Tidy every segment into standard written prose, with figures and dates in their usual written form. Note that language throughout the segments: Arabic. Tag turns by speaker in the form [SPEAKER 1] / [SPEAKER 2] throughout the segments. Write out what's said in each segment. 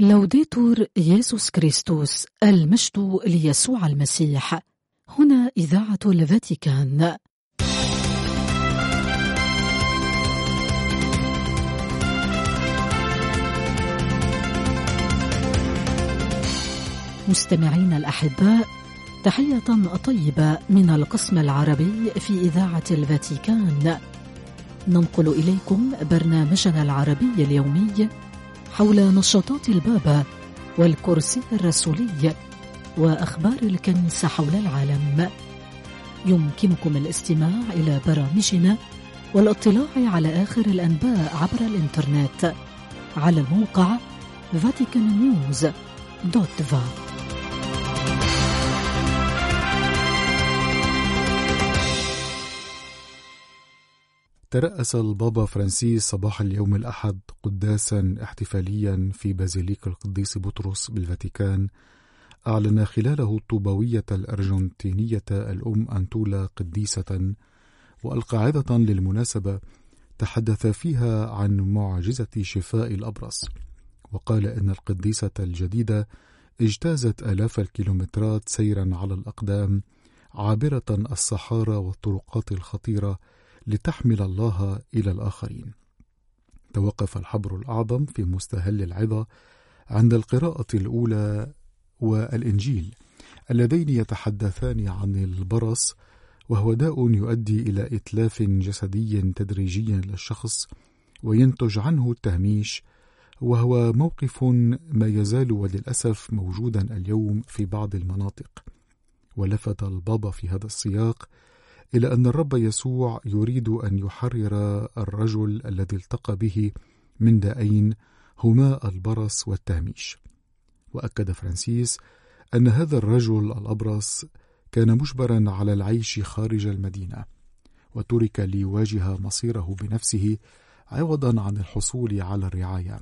[SPEAKER 1] لوديتور يسوع كريستوس، المجد ليسوع المسيح. هنا إذاعة الفاتيكان. مستمعين الأحباء، تحية طيبة من القسم العربي في إذاعة الفاتيكان. ننقل إليكم برنامجنا العربي اليومي حول نشاطات البابا والكرسي الرسولي وأخبار الكنيسة حول العالم. يمكنكم الاستماع إلى برامجنا والاطلاع على آخر الأنباء عبر الإنترنت على الموقع vaticannews.va.
[SPEAKER 2] ترأس البابا فرانسيس صباح اليوم الأحد قداسا احتفاليا في بازيليك القديس بطرس بالفاتيكان، أعلن خلاله الطوبوية الأرجنتينية الأم أنتولا قديسة، وألقى عظة للمناسبة تحدث فيها عن معجزة شفاء الأبرص، وقال إن القديسة الجديدة اجتازت آلاف الكيلومترات سيرا على الأقدام عابرة الصحارى والطرقات الخطيرة لتحمل الله إلى الآخرين. توقف الحبر الأعظم في مستهل العظة عند القراءة الأولى والإنجيل اللذين يتحدثان عن البرص، وهو داء يؤدي إلى إتلاف جسدي تدريجي للشخص وينتج عنه التهميش، وهو موقف ما يزال وللأسف موجودا اليوم في بعض المناطق. ولفت البابا في هذا السياق إلى أن الرب يسوع يريد أن يحرر الرجل الذي التقى به من دائين هما البرص والتهميش. وأكد فرانسيس أن هذا الرجل الأبرص كان مجبرا على العيش خارج المدينة، وترك ليواجه مصيره بنفسه عوضا عن الحصول على الرعاية،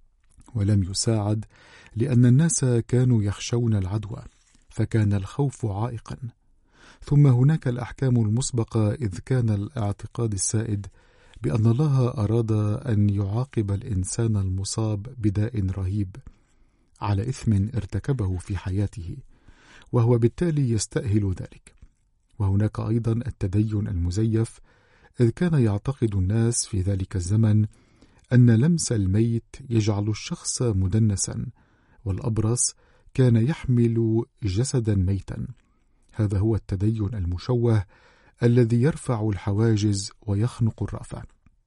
[SPEAKER 2] ولم يساعد لأن الناس كانوا يخشون العدوى، فكان الخوف عائقا. ثم هناك الأحكام المسبقة، إذ كان الاعتقاد السائد بأن الله أراد أن يعاقب الإنسان المصاب بداء رهيب على إثم ارتكبه في حياته، وهو بالتالي يستأهل ذلك. وهناك أيضا التدين المزيف، إذ كان يعتقد الناس في ذلك الزمن أن لمس الميت يجعل الشخص مدنسا، والأبرص كان يحمل جسدا ميتا. هذا هو التدين المشوه الذي يرفع الحواجز ويخنق الرأفة.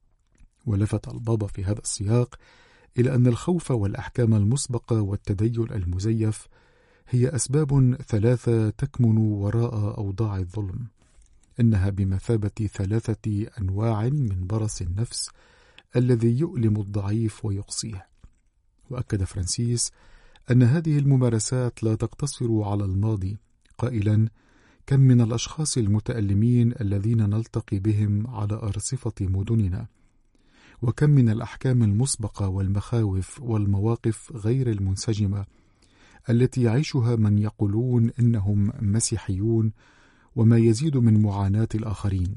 [SPEAKER 2] ولفت البابا في هذا السياق إلى أن الخوف والأحكام المسبقة والتدين المزيف هي أسباب ثلاثة تكمن وراء أوضاع الظلم. إنها بمثابة ثلاثة أنواع من برص النفس الذي يؤلم الضعيف ويقصيه. وأكد فرانسيس أن هذه الممارسات لا تقتصر على الماضي، قائلا: كم من الأشخاص المتألمين الذين نلتقي بهم على أرصفة مدننا، وكم من الأحكام المسبقة والمخاوف والمواقف غير المنسجمة التي يعيشها من يقولون إنهم مسيحيون، وما يزيد من معاناة الآخرين.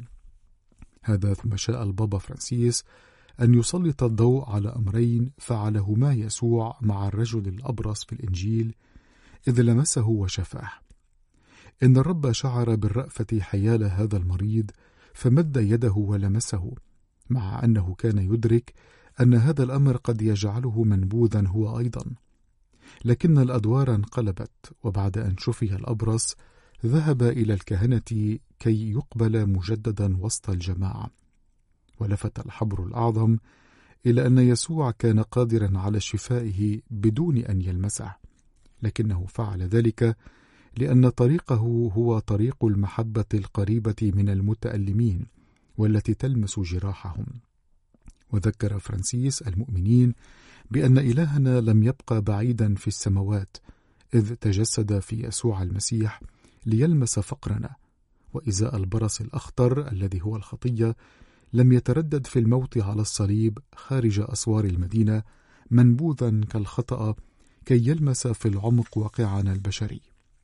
[SPEAKER 2] هذا ثم شاء البابا فرانسيس أن يسلط الضوء على أمرين فعلهما يسوع مع الرجل الأبرص في الإنجيل إذ لمسه وشفاه. إن الرب شعر بالرأفة حيال هذا المريض فمد يده ولمسه، مع أنه كان يدرك أن هذا الأمر قد يجعله منبوذا هو أيضا. لكن الأدوار انقلبت، وبعد أن شفي الأبرص ذهب إلى الكهنة كي يقبل مجددا وسط الجماعة. ولفت الحبر الأعظم إلى أن يسوع كان قادرا على شفائه بدون أن يلمسه، لكنه فعل ذلك لأن طريقه هو طريق المحبة القريبة من المتألمين والتي تلمس جراحهم. وذكر فرانسيس المؤمنين بأن إلهنا لم يبقى بعيدا في السماوات، إذ تجسد في يسوع المسيح ليلمس فقرنا، وإزاء البرص الأخطر الذي هو الخطية لم يتردد في الموت على الصليب خارج أسوار المدينة منبوذا كالخطأ كي يلمس في العمق واقعنا البشري.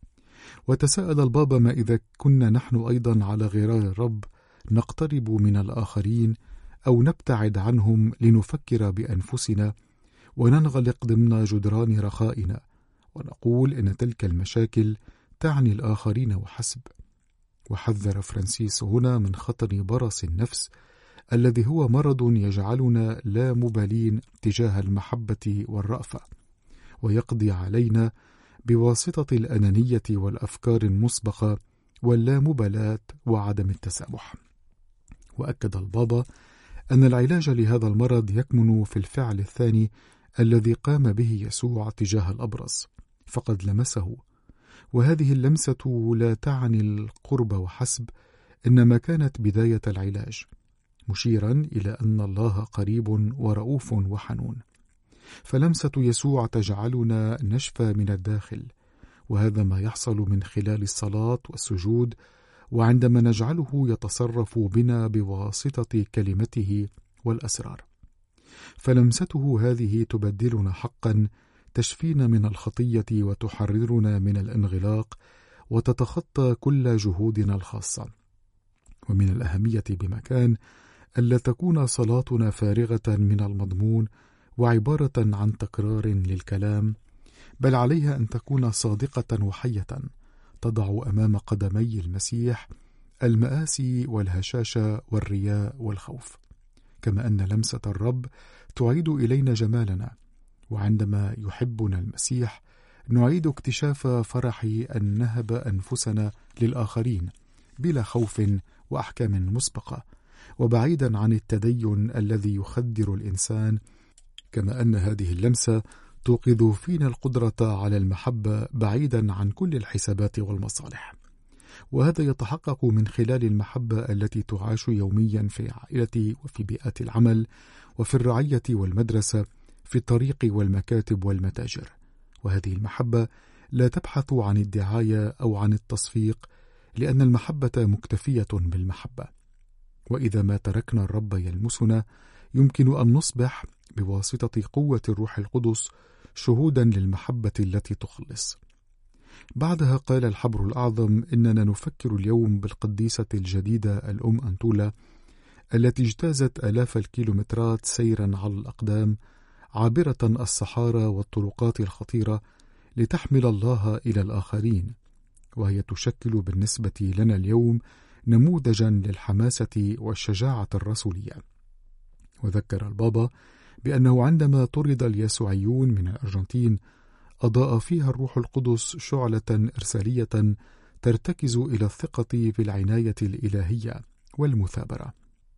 [SPEAKER 2] وتساءل البابا: ما إذا كنا نحن أيضا على غرار الرب نقترب من الآخرين أو نبتعد عنهم لنفكر بأنفسنا وننغلق ضمن جدران رخائنا ونقول إن تلك المشاكل تعني الآخرين وحسب. وحذر فرانسيس هنا من خطر برص النفس الذي هو مرض يجعلنا لا مبالين تجاه المحبة والرأفة، ويقضي علينا بواسطة الأنانية والأفكار المسبقة واللامبالاة وعدم التسامح. وأكد البابا أن العلاج لهذا المرض يكمن في الفعل الثاني الذي قام به يسوع تجاه الأبرص، فقد لمسه، وهذه اللمسة لا تعني القرب وحسب، إنما كانت بداية العلاج، مشيرا إلى أن الله قريب ورؤوف وحنون. فلمسة يسوع تجعلنا نشفى من الداخل، وهذا ما يحصل من خلال الصلاة والسجود، وعندما نجعله يتصرف بنا بواسطة كلمته والأسرار. فلمسته هذه تبدلنا حقا، تشفينا من الخطية وتحررنا من الانغلاق، وتتخطى كل جهودنا الخاصة. ومن الأهمية بمكان ألا تكون صلاتنا فارغة من المضمون وعبارة عن تكرار للكلام، بل عليها أن تكون صادقة وحية، تضع أمام قدمي المسيح المآسي والهشاشة والرياء والخوف. كما أن لمسة الرب تعيد إلينا جمالنا، وعندما يحبنا المسيح نعيد اكتشاف فرح أن نهب أنفسنا للآخرين بلا خوف وأحكام مسبقة، وبعيدا عن التدين الذي يخدر الإنسان. كما أن هذه اللمسة توقظ فينا القدرة على المحبة بعيدا عن كل الحسابات والمصالح، وهذا يتحقق من خلال المحبة التي تعاش يوميا في العائلة وفي بيئات العمل وفي الرعية والمدرسة، في الطريق والمكاتب والمتاجر. وهذه المحبة لا تبحث عن الدعاية أو عن التصفيق، لأن المحبة مكتفية بالمحبة. وإذا ما تركنا الرب يلمسنا، يمكن أن نصبح بواسطة قوة الروح القدس شهودا للمحبة التي تخلص. بعدها قال الحبر الأعظم إننا نفكر اليوم بالقديسة الجديدة الأم أنتولا، التي اجتازت آلاف الكيلومترات سيرا على الأقدام، عابرة الصحارى والطرقات الخطيرة لتحمل الله إلى الآخرين، وهي تشكل بالنسبة لنا اليوم نموذجا للحماسة والشجاعة الرسولية. وذكر البابا بأنه عندما طرد اليسوعيون من الأرجنتين أضاء فيها الروح القدس شعلة إرسالية ترتكز إلى الثقة في العناية الإلهية والمثابرة.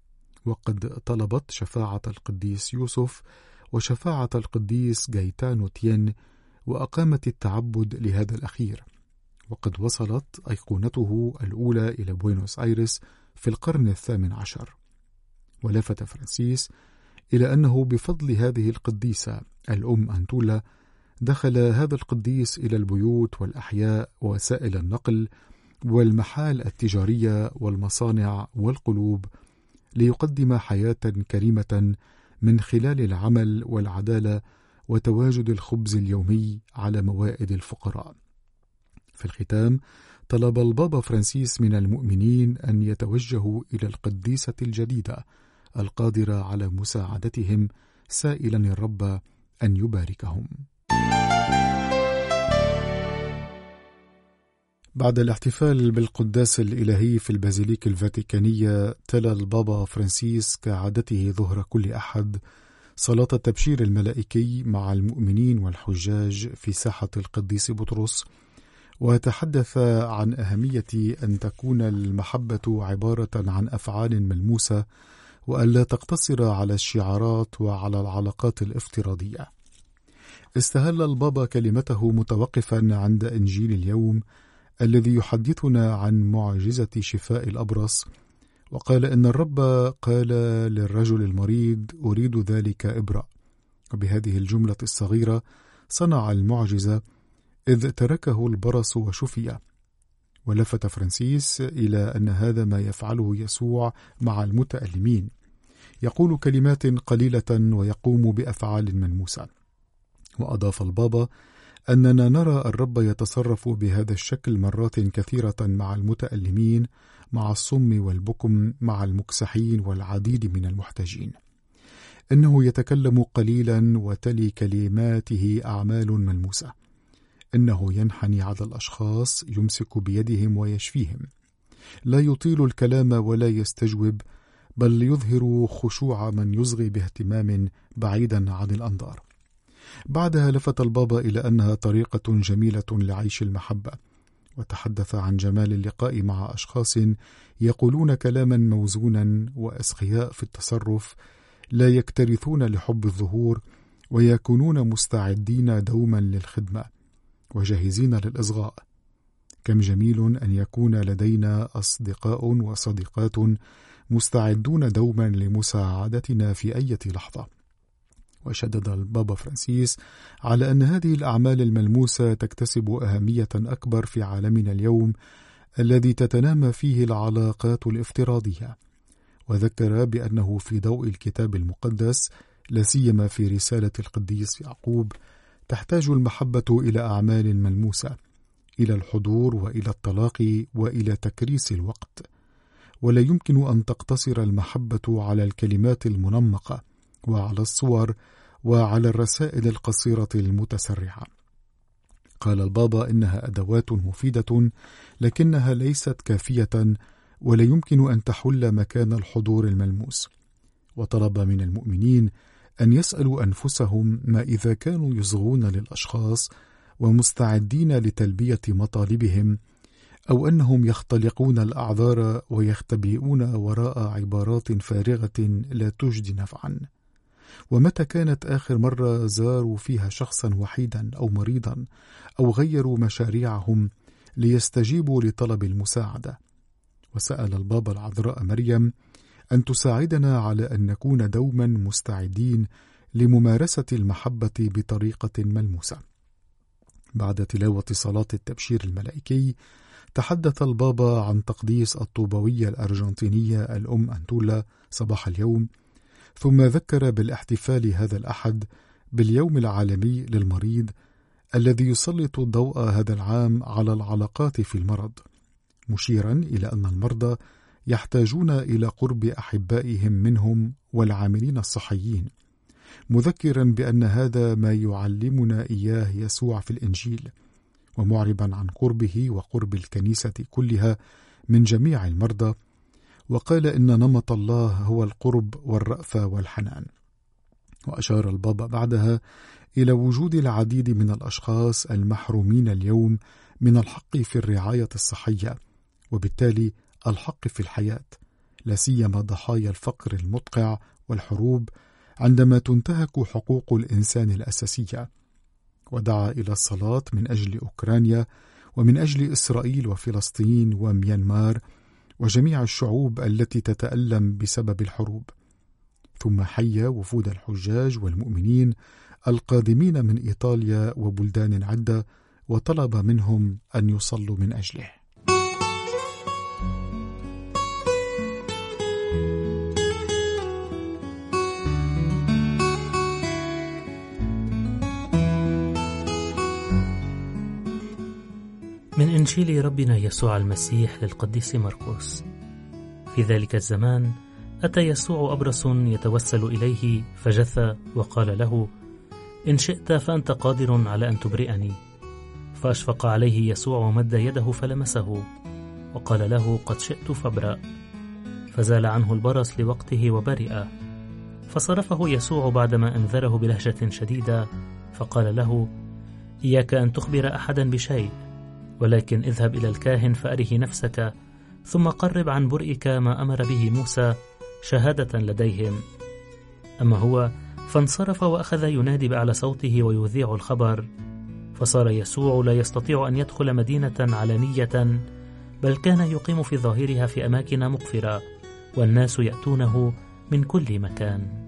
[SPEAKER 2] وقد طلبت شفاعة القديس يوسف وشفاعة القديس جايتانو تين، وأقامت التعبد لهذا الأخير. وقد وصلت أيقونته الأولى إلى بوينوس آيرس في القرن 18. ولفت فرانسيس إلى أنه بفضل هذه القديسة الأم أنتولا دخل هذا القديس إلى البيوت والأحياء ووسائل النقل والمحال التجارية والمصانع والقلوب، ليقدم حياة كريمة من خلال العمل والعدالة وتواجد الخبز اليومي على موائد الفقراء. في الختام طلب البابا فرانسيس من المؤمنين أن يتوجهوا إلى القديسة الجديدة القادرة على مساعدتهم، سائلا الرب أن يباركهم. بعد الاحتفال بالقداس الإلهي في البازيليك الفاتيكانية، تلا البابا فرانسيس كعادته ظهر كل أحد صلاة التبشير الملائكي مع المؤمنين والحجاج في ساحة القديس بطرس، وتحدث عن أهمية أن تكون المحبة عبارة عن أفعال ملموسة، وألا تقتصر على الشعارات وعلى العلاقات الافتراضية. استهل البابا كلمته متوقفا عند إنجيل اليوم الذي يحدثنا عن معجزة شفاء الأبرص، وقال إن الرب قال للرجل المريض أريد ذلك ابرأ، وبهذه الجملة الصغيرة صنع المعجزة إذ تركه البرص وشفي. ولفت فرانسيس إلى أن هذا ما يفعله يسوع مع المتألمين، يقول كلمات قليلة ويقوم بأفعال ملموسة. وأضاف البابا أننا نرى الرب يتصرف بهذا الشكل مرات كثيرة مع المتألمين، مع الصم والبكم، مع المكسحين والعديد من المحتاجين. إنه يتكلم قليلا وتلي كلماته أعمال ملموسة. إنه ينحني على الأشخاص، يمسك بيدهم ويشفيهم، لا يطيل الكلام ولا يستجوب، بل يظهر خشوع من يصغي باهتمام بعيدا عن الأنظار. بعدها لفت البابا إلى أنها طريقة جميلة لعيش المحبة، وتحدث عن جمال اللقاء مع أشخاص يقولون كلاما موزونا وأسخياء في التصرف، لا يكترثون لحب الظهور، ويكونون مستعدين دوما للخدمة وجاهزين للإصغاء. كم جميل أن يكون لدينا أصدقاء وصديقات مستعدون دوما لمساعدتنا في أي لحظة. وشدد البابا فرانسيس على أن هذه الأعمال الملموسة تكتسب أهمية أكبر في عالمنا اليوم الذي تتنامى فيه العلاقات الافتراضية، وذكر بأنه في ضوء الكتاب المقدس، لا سيما في رسالة القديس يعقوب، تحتاج المحبة إلى أعمال ملموسة، إلى الحضور وإلى الطلاق وإلى تكريس الوقت، ولا يمكن أن تقتصر المحبة على الكلمات المنمقة وعلى الصور وعلى الرسائل القصيرة المتسرعة. قال البابا إنها أدوات مفيدة، لكنها ليست كافية، ولا يمكن أن تحل مكان الحضور الملموس. وطلب من المؤمنين أن يسألوا أنفسهم ما إذا كانوا يصغون للأشخاص ومستعدين لتلبية مطالبهم، أو أنهم يختلقون الأعذار ويختبئون وراء عبارات فارغة لا تجدي نفعا. ومتى كانت آخر مرة زاروا فيها شخصا وحيدا أو مريضا، أو غيروا مشاريعهم ليستجيبوا لطلب المساعدة؟ وسأل البابا العذراء مريم أن تساعدنا على أن نكون دوما مستعدين لممارسة المحبة بطريقة ملموسة. بعد تلاوة صلاة التبشير الملائكي، تحدث البابا عن تقديس الطوبوية الأرجنتينية الأم أنتولا صباح اليوم، ثم ذكر بالاحتفال هذا الأحد باليوم العالمي للمريض الذي يسلط الضوء هذا العام على العلاقات في المرض، مشيرا إلى أن المرضى يحتاجون إلى قرب أحبائهم منهم والعاملين الصحيين، مذكرا بأن هذا ما يعلمنا إياه يسوع في الإنجيل، ومعربا عن قربه وقرب الكنيسة كلها من جميع المرضى. وقال إن نمط الله هو القرب والرأفة والحنان. وأشار البابا بعدها إلى وجود العديد من الأشخاص المحرومين اليوم من الحق في الرعاية الصحية، وبالتالي الحق في الحياة، لا سيما ضحايا الفقر المدقع والحروب عندما تنتهك حقوق الإنسان الأساسية. ودعا إلى الصلاة من أجل أوكرانيا ومن أجل إسرائيل وفلسطين وميانمار وجميع الشعوب التي تتألم بسبب الحروب. ثم حيا وفود الحجاج والمؤمنين القادمين من إيطاليا وبلدان عدة، وطلب منهم أن يصلوا من أجله.
[SPEAKER 3] من إنجيل ربنا يسوع المسيح للقديس مرقس. في ذلك الزمان أتى يسوع أبرص يتوسل إليه فجثى وقال له: إن شئت فأنت قادر على أن تبرئني. فأشفق عليه يسوع ومد يده فلمسه وقال له: قد شئت فابرأ. فزال عنه البرص لوقته وبرئ. فصرفه يسوع بعدما أنذره بلهجة شديدة فقال له: إياك أن تخبر أحدا بشيء، ولكن اذهب إلى الكاهن فأره نفسك، ثم قرب عن برئك ما أمر به موسى شهادة لديهم. أما هو فانصرف وأخذ ينادي بأعلى صوته ويذيع الخبر. فصار يسوع لا يستطيع أن يدخل مدينة علانية، بل كان يقيم في ظاهرها في أماكن مقفرة، والناس يأتونه من كل مكان.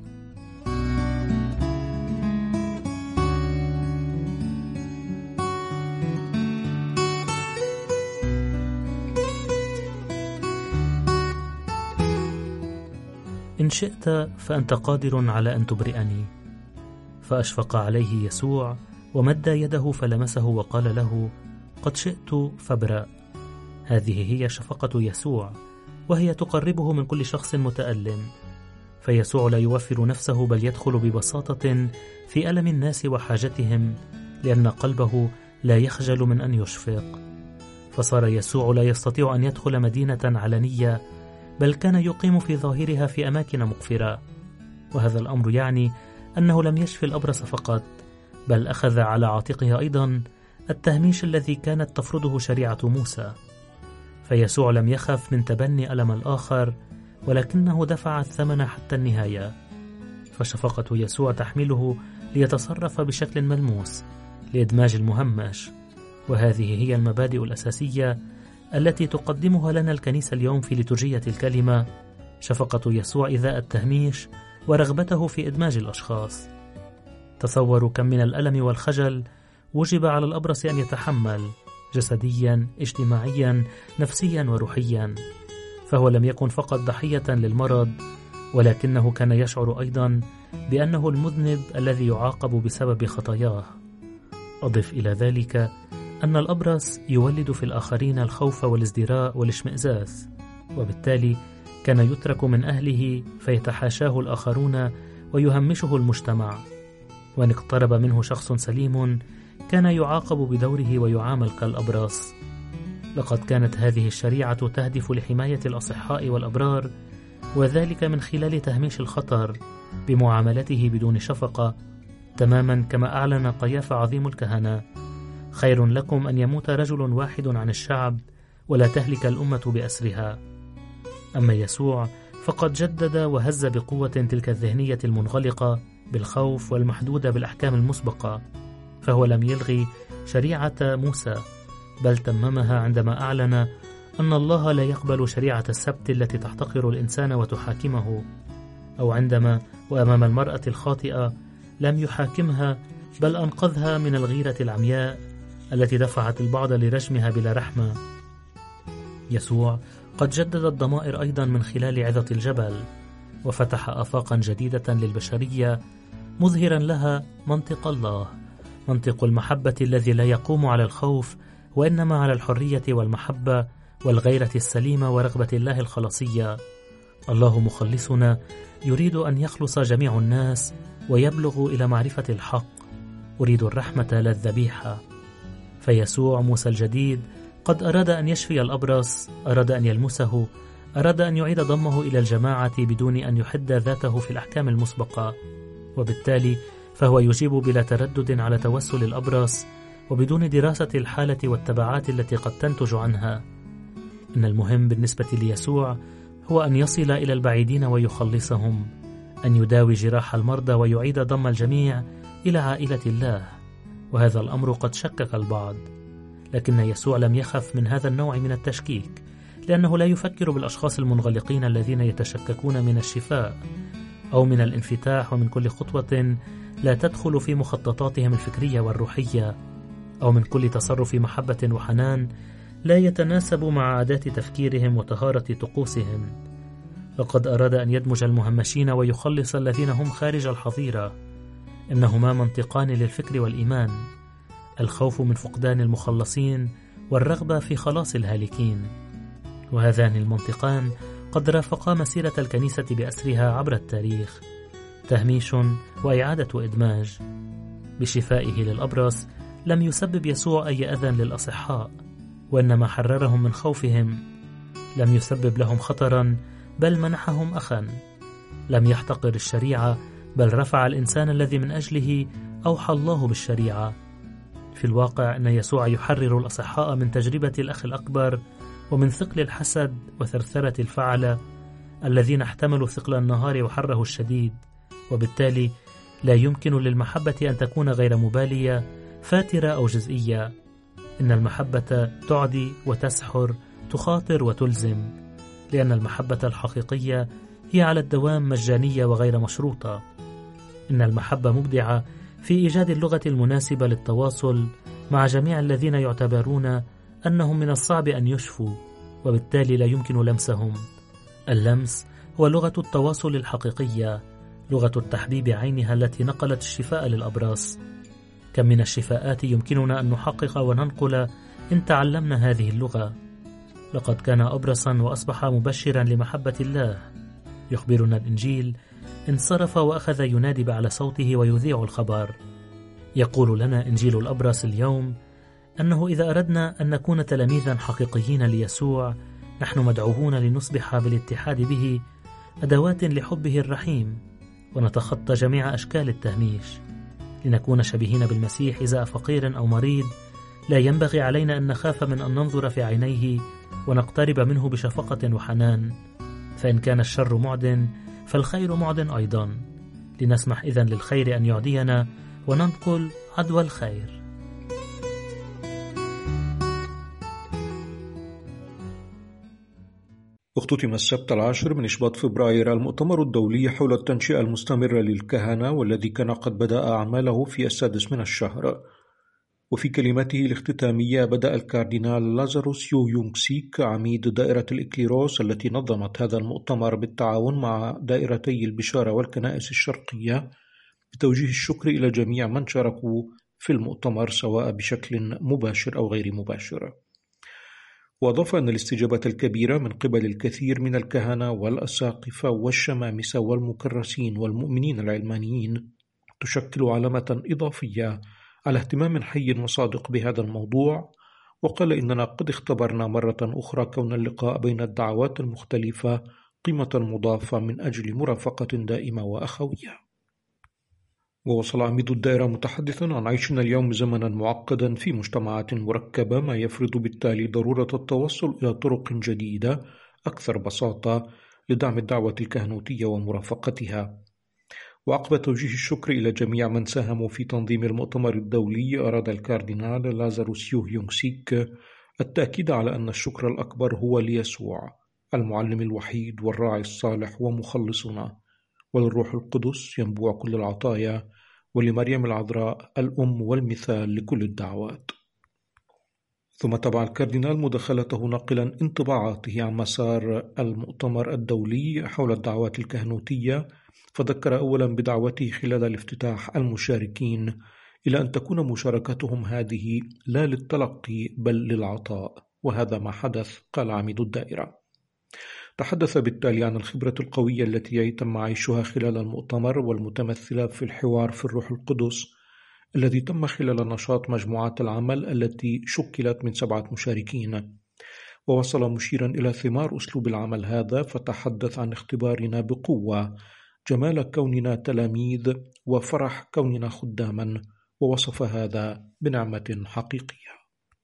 [SPEAKER 3] إن شئت فأنت قادر على أن تبرئني. فأشفق عليه يسوع ومد يده فلمسه وقال له: قد شئت فابرأ. هذه هي شفقة يسوع، وهي تقربه من كل شخص متألم. فيسوع لا يوفر نفسه بل يدخل ببساطة في ألم الناس وحاجتهم، لأن قلبه لا يخجل من أن يشفق. فصار يسوع لا يستطيع أن يدخل مدينة علنية، بل كان يقيم في ظاهرها في أماكن مقفرة. وهذا الأمر يعني أنه لم يشفي الأبرص فقط، بل أخذ على عاتقه أيضا التهميش الذي كانت تفرضه شريعة موسى. فيسوع لم يخف من تبني ألم الآخر، ولكنه دفع الثمن حتى النهاية. فشفقة يسوع تحمله ليتصرف بشكل ملموس لإدماج المهمش. وهذه هي المبادئ الأساسية التي تقدمها لنا الكنيسة اليوم في ليتورجية الكلمة: شفقة يسوع إزاء التهميش ورغبته في إدماج الأشخاص. تصوروا كم من الألم والخجل وجب على الأبرص أن يتحمل، جسديا، اجتماعيا، نفسيا وروحيا. فهو لم يكن فقط ضحية للمرض، ولكنه كان يشعر أيضا بأنه المذنب الذي يعاقب بسبب خطاياه. أضف إلى ذلك أن الأبرص يولد في الآخرين الخوف والازدراء والاشمئزاز، وبالتالي كان يترك من أهله فيتحاشاه الآخرون ويهمشه المجتمع. وإن اقترب منه شخص سليم كان يعاقب بدوره ويعامل كالأبرص. لقد كانت هذه الشريعة تهدف لحماية الأصحاء والأبرار، وذلك من خلال تهميش الخطر بمعاملته بدون شفقة، تماما كما أعلن قيافة عظيم الكهنة: خير لكم أن يموت رجل واحد عن الشعب ولا تهلك الأمة بأسرها. أما يسوع فقد جدد وهز بقوة تلك الذهنية المنغلقة بالخوف والمحدودة بالأحكام المسبقة. فهو لم يلغي شريعة موسى، بل تممها عندما أعلن أن الله لا يقبل شريعة السبت التي تحتقر الإنسان وتحاكمه، أو عندما وأمام المرأة الخاطئة لم يحاكمها بل أنقذها من الغيرة العمياء التي دفعت البعض لرجمها بلا رحمة. يسوع قد جدد الضمائر أيضا من خلال عظة الجبل، وفتح آفاقا جديدة للبشرية، مظهرا لها منطق الله، منطق المحبة الذي لا يقوم على الخوف وإنما على الحرية والمحبة والغيرة السليمة ورغبة الله الخلاصية. الله مخلصنا يريد أن يخلص جميع الناس ويبلغ إلى معرفة الحق. أريد الرحمة لا الذبيحة. فيسوع موسى الجديد قد أراد أن يشفي الأبرص، أراد أن يلمسه، أراد أن يعيد ضمه إلى الجماعة بدون أن يحد ذاته في الأحكام المسبقة. وبالتالي فهو يجيب بلا تردد على توسل الأبرص وبدون دراسة الحالة والتبعات التي قد تنتج عنها. إن المهم بالنسبة ليسوع هو أن يصل إلى البعيدين ويخلصهم، أن يداوي جراح المرضى ويعيد ضم الجميع إلى عائلة الله. وهذا الأمر قد شكك البعض، لكن يسوع لم يخف من هذا النوع من التشكيك، لأنه لا يفكر بالأشخاص المنغلقين الذين يتشككون من الشفاء أو من الانفتاح ومن كل خطوة لا تدخل في مخططاتهم الفكرية والروحية، أو من كل تصرف محبة وحنان لا يتناسب مع عادات تفكيرهم وطهارة طقوسهم. لقد أراد أن يدمج المهمشين ويخلص الذين هم خارج الحظيرة. إنهما منطقان للفكر والإيمان: الخوف من فقدان المخلصين والرغبة في خلاص الهالكين. وهذان المنطقان قد رافقا مسيرة الكنيسة بأسرها عبر التاريخ: تهميش وإعادة إدماج. بشفائه للأبرص لم يسبب يسوع أي أذى للأصحاء، وإنما حررهم من خوفهم. لم يسبب لهم خطرا بل منحهم أخا. لم يحتقر الشريعة بل رفع الإنسان الذي من أجله أوحى الله بالشريعة. في الواقع أن يسوع يحرر الأصحاء من تجربة الأخ الأكبر ومن ثقل الحسد وثرثرة الفعلة الذين احتملوا ثقل النهار وحره الشديد. وبالتالي لا يمكن للمحبة أن تكون غير مبالية، فاترة أو جزئية. إن المحبة تعدي وتسحر، تخاطر وتلزم، لأن المحبة الحقيقية هي على الدوام مجانية وغير مشروطة. إن المحبة مبدعة في إيجاد اللغة المناسبة للتواصل مع جميع الذين يعتبرون أنهم من الصعب أن يشفوا، وبالتالي لا يمكن لمسهم. اللمس هو لغة التواصل الحقيقية، لغة التحبيب عينها التي نقلت الشفاء للأبرص. كم من الشفاءات يمكننا أن نحقق وننقل إن تعلمنا هذه اللغة. لقد كان أبرصا وأصبح مبشرا لمحبة الله. يخبرنا الإنجيل انصرف وأخذ ينادي بأعلى صوته ويذيع الخبر. يقول لنا إنجيل الأبرص اليوم أنه إذا أردنا أن نكون تلاميذا حقيقيين ليسوع، نحن مدعوون لنصبح بالاتحاد به أدوات لحبه الرحيم، ونتخطى جميع أشكال التهميش. لنكون شبيهين بالمسيح إزاء فقير أو مريض، لا ينبغي علينا أن نخاف من أن ننظر في عينيه ونقترب منه بشفقة وحنان، فإن كان الشر معد فالخير معد أيضا. لنسمح إذن للخير أن يعدينا وننقل عدوى الخير.
[SPEAKER 4] اختتم السبت 10 من إشباط فبراير المؤتمر الدولي حول التنشئة المستمرة للكهنة، والذي كان قد بدأ أعماله في 6 من الشهر. وفي كلمته الاختتامية بدأ الكاردينال لازاروس يو يونغ سيك عميد دائرة الإكليروس التي نظمت هذا المؤتمر بالتعاون مع دائرتي البشارة والكنائس الشرقية بتوجيه الشكر إلى جميع من شاركوا في المؤتمر سواء بشكل مباشر أو غير مباشر. وأضاف أن الاستجابة الكبيرة من قبل الكثير من الكهنة والأساقفة والشمامسة والمكرسين والمؤمنين العلمانيين تشكل علامة إضافية على اهتمام حي وصادق بهذا الموضوع. وقال إننا قد اختبرنا مرة أخرى كون اللقاء بين الدعوات المختلفة قيمة مضافة من أجل مرافقة دائمة وأخوية. ووصل عميد الدائرة متحدثا عن عيشنا اليوم زمنا معقدا في مجتمعات مركبة، ما يفرض بالتالي ضرورة التوصل إلى طرق جديدة أكثر بساطة لدعم الدعوة الكهنوتية ومرافقتها. وعقب توجيه الشكر إلى جميع من ساهموا في تنظيم المؤتمر الدولي، أراد الكاردينال لازاروس يو يونغ سيك التأكيد على أن الشكر الأكبر هو ليسوع المعلم الوحيد والراعي الصالح ومخلصنا، وللروح القدس ينبوع كل العطايا، ولمريم العذراء الأم والمثال لكل الدعوات. ثم تبع الكاردينال مداخلته ناقلا انطباعاته عن مسار المؤتمر الدولي حول الدعوات الكهنوتية، فذكر أولا بدعوته خلال الافتتاح المشاركين إلى أن تكون مشاركتهم هذه لا للتلقي بل للعطاء، وهذا ما حدث. قال عميد الدائرة. تحدث بالتالي عن الخبرة القوية التي يتم عيشها خلال المؤتمر، والمتمثلة في الحوار في الروح القدس الذي تم خلال نشاط مجموعات العمل التي شكلت من 7 مشاركين. ووصل مشيرا إلى ثمار أسلوب العمل هذا، فتحدث عن اختبارنا بقوة جمال كوننا تلاميذ وفرح كوننا خداما، ووصف هذا بنعمة حقيقية.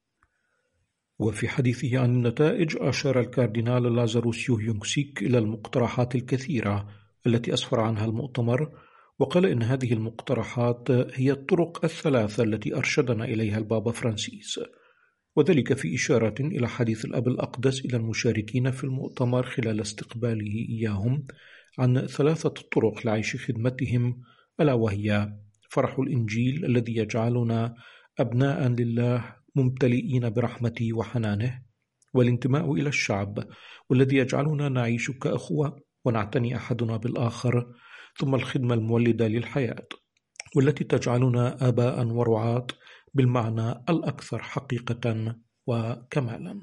[SPEAKER 4] وفي حديثه عن النتائج أشار الكاردينال لازاروس يو يونغ سيك إلى المقترحات الكثيرة التي أسفر عنها المؤتمر، وقال إن هذه المقترحات هي الطرق 3 التي أرشدنا إليها البابا فرانسيس، وذلك في إشارة إلى حديث الأب الأقدس إلى المشاركين في المؤتمر خلال استقباله إياهم عن 3 طرق لعيش خدمتهم، ألا وهي فرح الإنجيل الذي يجعلنا أبناء لله ممتلئين برحمته وحنانه، والانتماء إلى الشعب والذي يجعلنا نعيش كأخوة ونعتني أحدنا بالآخر، ثم الخدمة المولدة للحياة والتي تجعلنا آباء ورعاة بالمعنى الأكثر حقيقة وكمالا.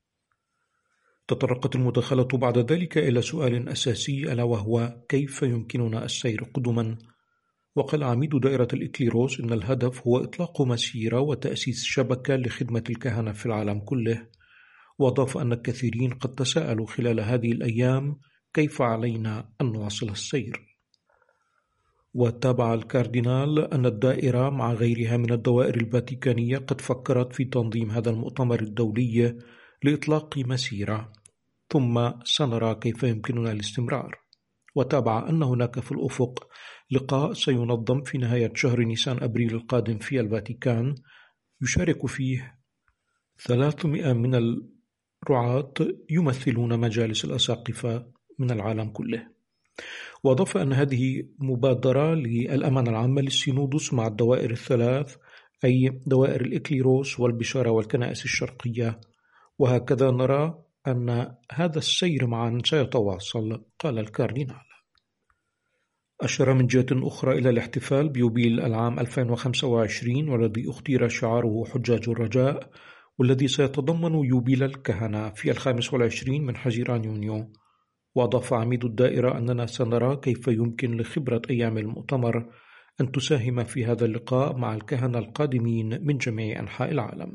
[SPEAKER 4] تطرقت المداخلة بعد ذلك إلى سؤال أساسي، ألا وهو كيف يمكننا السير قدما؟ وقال عميد دائرة الإكليروس إن الهدف هو إطلاق مسيرة وتأسيس شبكة لخدمة الكهنة في العالم كله، وأضاف أن الكثيرين قد تساءلوا خلال هذه الأيام كيف علينا أن نواصل السير. وتابع الكاردينال أن الدائرة مع غيرها من الدوائر الفاتيكانية قد فكرت في تنظيم هذا المؤتمر الدولي لإطلاق مسيرة، ثم سنرى كيف يمكننا الاستمرار. وتابع أن هناك في الأفق لقاء سينظم في نهاية شهر نيسان أبريل القادم في الفاتيكان، يشارك فيه 300 من الرعاة يمثلون مجالس الأساقفة من العالم كله. وأضاف أن هذه مبادرة للأمانة العامة للسينودوس مع الدوائر 3، أي دوائر الإكليروس والبشارة والكنائس الشرقية، وهكذا نرى أن هذا السير معا سيتواصل. قال الكاردينال. أشار من جهة أخرى إلى الاحتفال بيوبيل العام 2025 والذي اختير شعاره حجاج الرجاء، والذي سيتضمن يوبيل الكهنة في 25 من حزيران يونيو. وأضاف عميد الدائرة أننا سنرى كيف يمكن لخبرة أيام المؤتمر أن تساهم في هذا اللقاء مع الكهنة القادمين من جميع أنحاء العالم.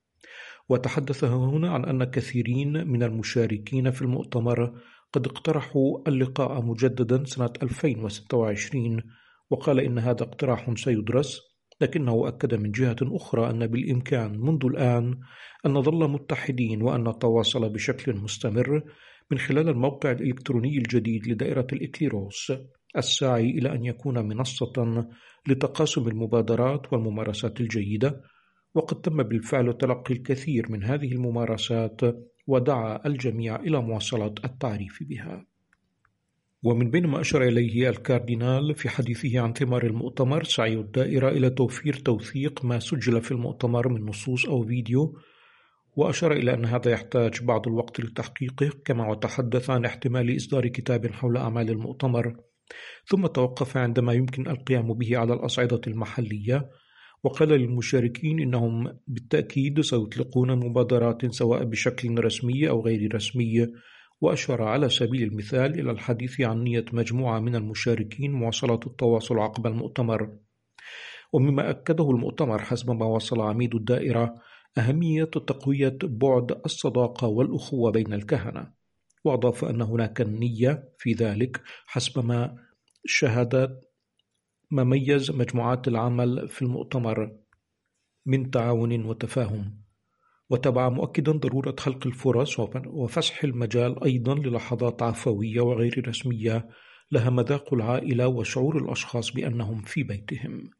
[SPEAKER 4] وتحدث هنا عن أن كثيرين من المشاركين في المؤتمر قد اقترحوا اللقاء مجددا سنة 2026، وقال إن هذا اقتراح سيدرس، لكنه أكد من جهة أخرى أن بالإمكان منذ الآن أن نظل متحدين وأن نتواصل بشكل مستمر من خلال الموقع الإلكتروني الجديد لدائرة الإكليروس، الساعي إلى أن يكون منصة لتقاسم المبادرات والممارسات الجيدة. وقد تم بالفعل تلقي الكثير من هذه الممارسات، ودعا الجميع إلى مواصلة التعريف بها. ومن بين ما أشار إليه الكاردينال في حديثه عن ثمار المؤتمر سعي الدائرة إلى توفير توثيق ما سجل في المؤتمر من نصوص أو فيديو، وأشار إلى أن هذا يحتاج بعض الوقت لتحقيقه، كما وتحدث عن احتمال إصدار كتاب حول أعمال المؤتمر، ثم توقف عندما يمكن القيام به على الأصعدة المحلية، وقال للمشاركين إنهم بالتأكيد سيطلقون مبادرات سواء بشكل رسمي أو غير رسمي، وأشار على سبيل المثال إلى الحديث عن نية مجموعة من المشاركين مواصلة التواصل عقب المؤتمر. ومما أكده المؤتمر حسب ما وصل عميد الدائرة أهمية تقوية بعد الصداقة والأخوة بين الكهنة، وأضاف أن هناك النية في ذلك حسب ما شهدت ما ميز مجموعات العمل في المؤتمر من تعاون وتفاهم. وتبع مؤكدا ضرورة خلق الفرص وفسح المجال أيضا للحظات عفوية وغير رسمية لها مذاق العائلة وشعور الأشخاص بأنهم في بيتهم.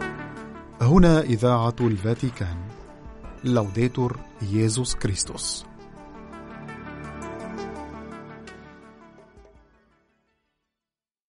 [SPEAKER 2] هنا إذاعة الفاتيكان. لوديتور ييسوس كريستوس.